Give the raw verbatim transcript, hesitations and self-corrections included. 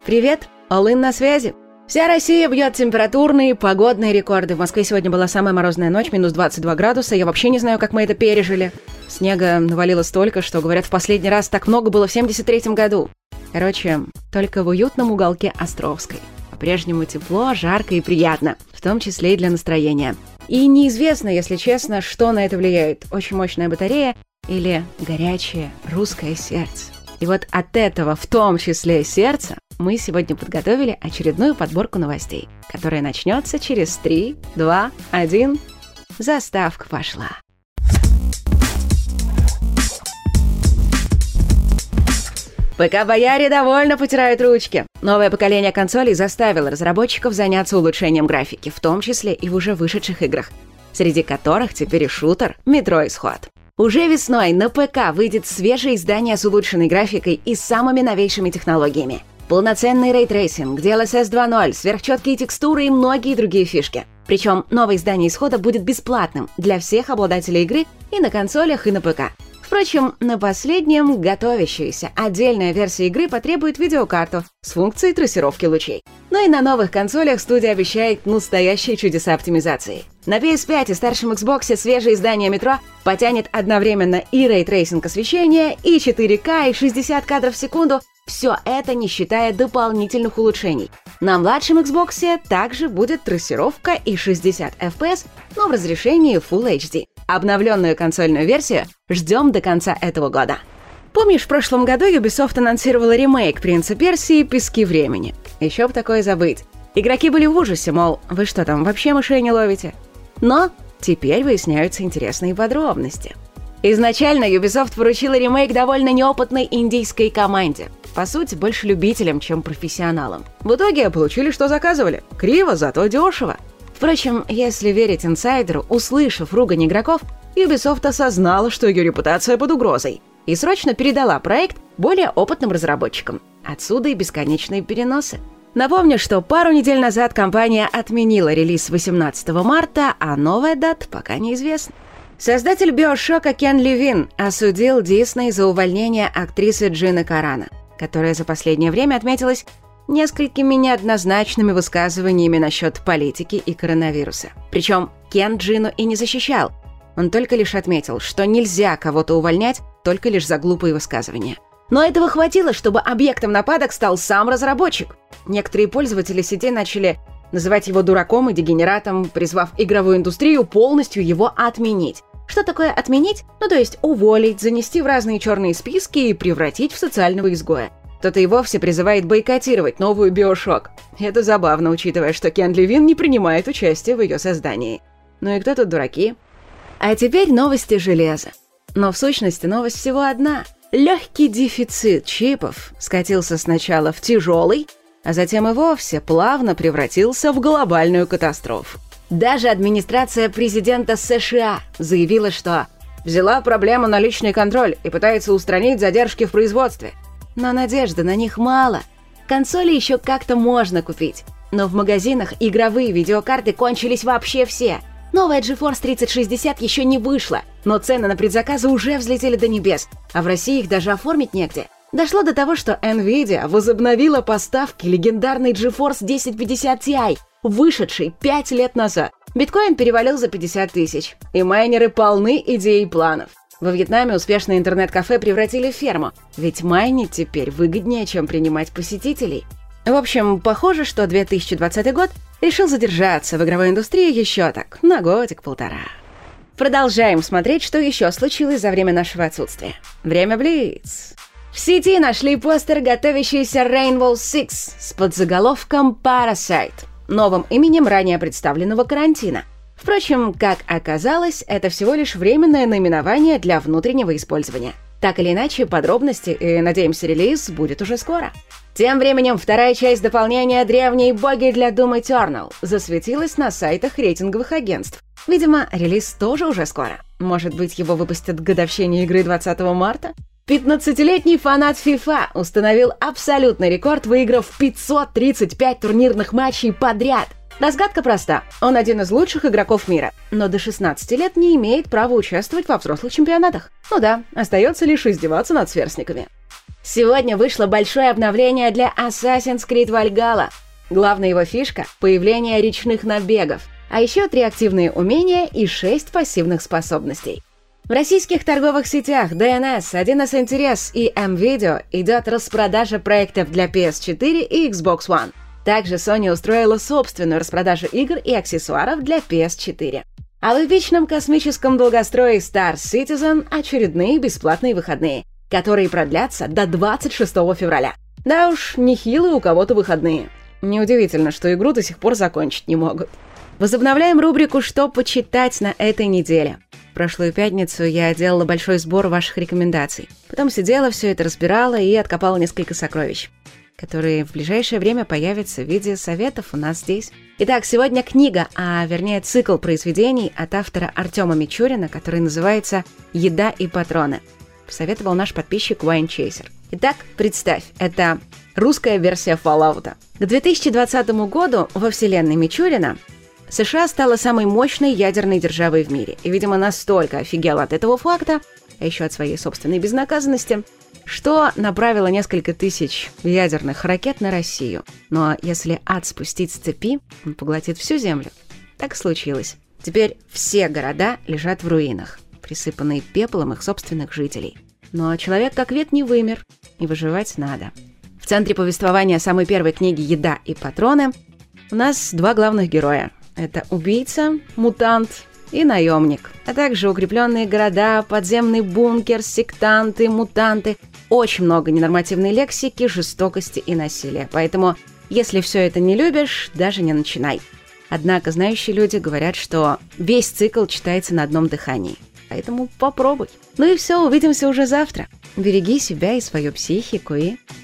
Привет, All-in на связи. Вся Россия бьет температурные погодные рекорды. В Москве сегодня была самая морозная ночь, минус двадцать два градуса. Я вообще не знаю, как мы это пережили. Снега навалило столько, что, говорят, в последний раз так много было в семьдесят третьем году. Короче, только в уютном уголке Островской. По-прежнему тепло, жарко и приятно, в том числе и для настроения. И неизвестно, если честно, что на это влияет. Очень мощная батарея или горячее русское сердце. И вот от этого, в том числе сердца, мы сегодня подготовили очередную подборку новостей, которая начнется через три, два, один. Заставка пошла. ПК-бояре довольно потирают ручки. Новое поколение консолей заставило разработчиков заняться улучшением графики, в том числе и в уже вышедших играх, среди которых теперь и шутер «Метро Исход». Уже весной на ПК выйдет свежее издание с улучшенной графикой и самыми новейшими технологиями. Полноценный рейтрейсинг, ди эл эс эс два ноль, сверхчеткие текстуры и многие другие фишки. Причем новое издание Исхода будет бесплатным для всех обладателей игры и на консолях, и на ПК. Впрочем, на последнем готовящаяся отдельная версия игры потребует видеокарту с функцией трассировки лучей. Но и на новых консолях студия обещает настоящие чудеса оптимизации. На пи эс пять и старшем Xbox свежее издание «Метро» потянет одновременно и рейтрейсинг освещения, и четыре ка, и шестьдесят кадров в секунду. Все это не считая дополнительных улучшений. На младшем Xbox также будет трассировка и шестьдесят эф пи эс, но в разрешении Full эйч ди. Обновленную консольную версию ждем до конца этого года. Помнишь, в прошлом году Ubisoft анонсировала ремейк «Принца Персии. Пески времени»? Еще бы такое забыть. Игроки были в ужасе, мол, вы что там, вообще мышей не ловите? Но теперь выясняются интересные подробности. Изначально Ubisoft поручила ремейк довольно неопытной индийской команде. По сути, больше любителям, чем профессионалам. В итоге получили, что заказывали. Криво, зато дешево. Впрочем, если верить инсайдеру, услышав ругань игроков, Ubisoft осознала, что ее репутация под угрозой, и срочно передала проект более опытным разработчикам. Отсюда и бесконечные переносы. Напомню, что пару недель назад компания отменила релиз восемнадцатого марта, а новая дата пока неизвестна. Создатель BioShock Кен Левин осудил Disney за увольнение актрисы Джины Карана, которая за последнее время отметилась несколькими неоднозначными высказываниями насчет политики и коронавируса. Причем Кен Джину и не защищал. Он только лишь отметил, что нельзя кого-то увольнять только лишь за глупые высказывания. Но этого хватило, чтобы объектом нападок стал сам разработчик. Некоторые пользователи сети начали называть его дураком и дегенератом, призвав игровую индустрию полностью его отменить. Что такое отменить? Ну то есть уволить, занести в разные черные списки и превратить в социального изгоя. Кто-то и вовсе призывает бойкотировать новую BioShock. Это забавно, учитывая, что Кен Левин не принимает участие в ее создании. Ну и кто тут дураки? А теперь новости железа. Но в сущности новость всего одна. Легкий дефицит чипов скатился сначала в тяжелый, а затем и вовсе плавно превратился в глобальную катастрофу. Даже администрация президента США заявила, что взяла проблему на личный контроль и пытается устранить задержки в производстве. Но надежды на них мало. Консоли еще как-то можно купить. Но в магазинах игровые видеокарты кончились вообще все. Новая GeForce тридцать шестьдесят еще не вышла, но цены на предзаказы уже взлетели до небес, а в России их даже оформить негде. Дошло до того, что Nvidia возобновила поставки легендарной GeForce десять пятьдесят Ti, вышедшей пять лет назад. Биткоин перевалил за пятьдесят тысяч, и майнеры полны идей и планов. Во Вьетнаме успешное интернет-кафе превратили в ферму, ведь майнить теперь выгоднее, чем принимать посетителей. В общем, похоже, что две тысячи двадцатый год решил задержаться в игровой индустрии еще так, на годик-полтора. Продолжаем смотреть, что еще случилось за время нашего отсутствия. Время Блиц. В сети нашли постер готовящейся Rainbow Six с подзаголовком Parasite, новым именем ранее представленного карантина. Впрочем, как оказалось, это всего лишь временное наименование для внутреннего использования. Так или иначе, подробности и, надеемся, релиз будет уже скоро. Тем временем вторая часть дополнения «Древние боги» для Doom Eternal засветилась на сайтах рейтинговых агентств. Видимо, релиз тоже уже скоро. Может быть, его выпустят к годовщине игры двадцатого марта? пятнадцатилетний фанат FIFA установил абсолютный рекорд, выиграв пятьсот тридцать пять турнирных матчей подряд. Разгадка проста. Он один из лучших игроков мира, но до шестнадцати лет не имеет права участвовать во взрослых чемпионатах. Ну да, остается лишь издеваться над сверстниками. Сегодня вышло большое обновление для Assassin's Creed Valhalla. Главная его фишка – появление речных набегов, а еще три активные умения и шесть пассивных способностей. В российских торговых сетях ди эн эс, один эс Интерес и М-Видео идет распродажа проектов для пи эс четыре и Xbox One. Также Sony устроила собственную распродажу игр и аксессуаров для пи эс четыре. А в эпичном космическом долгострое Star Citizen очередные бесплатные выходные, которые продлятся до двадцать шестого февраля. Да уж, нехилые у кого-то выходные. Неудивительно, что игру до сих пор закончить не могут. Возобновляем рубрику «Что почитать на этой неделе». В прошлую пятницу я делала большой сбор ваших рекомендаций. Потом сидела, все это разбирала и откопала несколько сокровищ, которые в ближайшее время появятся в виде советов у нас здесь. Итак, сегодня книга, а вернее цикл произведений от автора Артема Мичурина, который называется «Еда и патроны». Посоветовал наш подписчик Wine Chaser. Итак, представь, это русская версия Fallout. К две тысячи двадцатому году во вселенной Мичурина США стала самой мощной ядерной державой в мире. И, видимо, настолько офигела от этого факта, а еще от своей собственной безнаказанности, что направила несколько тысяч ядерных ракет на Россию. Но если ад спустить с цепи, он поглотит всю землю. Так случилось. Теперь все города лежат в руинах, присыпанные пеплом их собственных жителей. Но человек как вид не вымер, и выживать надо. В центре повествования самой первой книги «Еда и патроны» у нас два главных героя. Это убийца, мутант и наемник, а также укрепленные города, подземный бункер, сектанты, мутанты. Очень много ненормативной лексики, жестокости и насилия. Поэтому, если все это не любишь, даже не начинай. Однако знающие люди говорят, что весь цикл читается на одном дыхании. Поэтому попробуй. Ну и все, увидимся уже завтра. Береги себя и свою психику и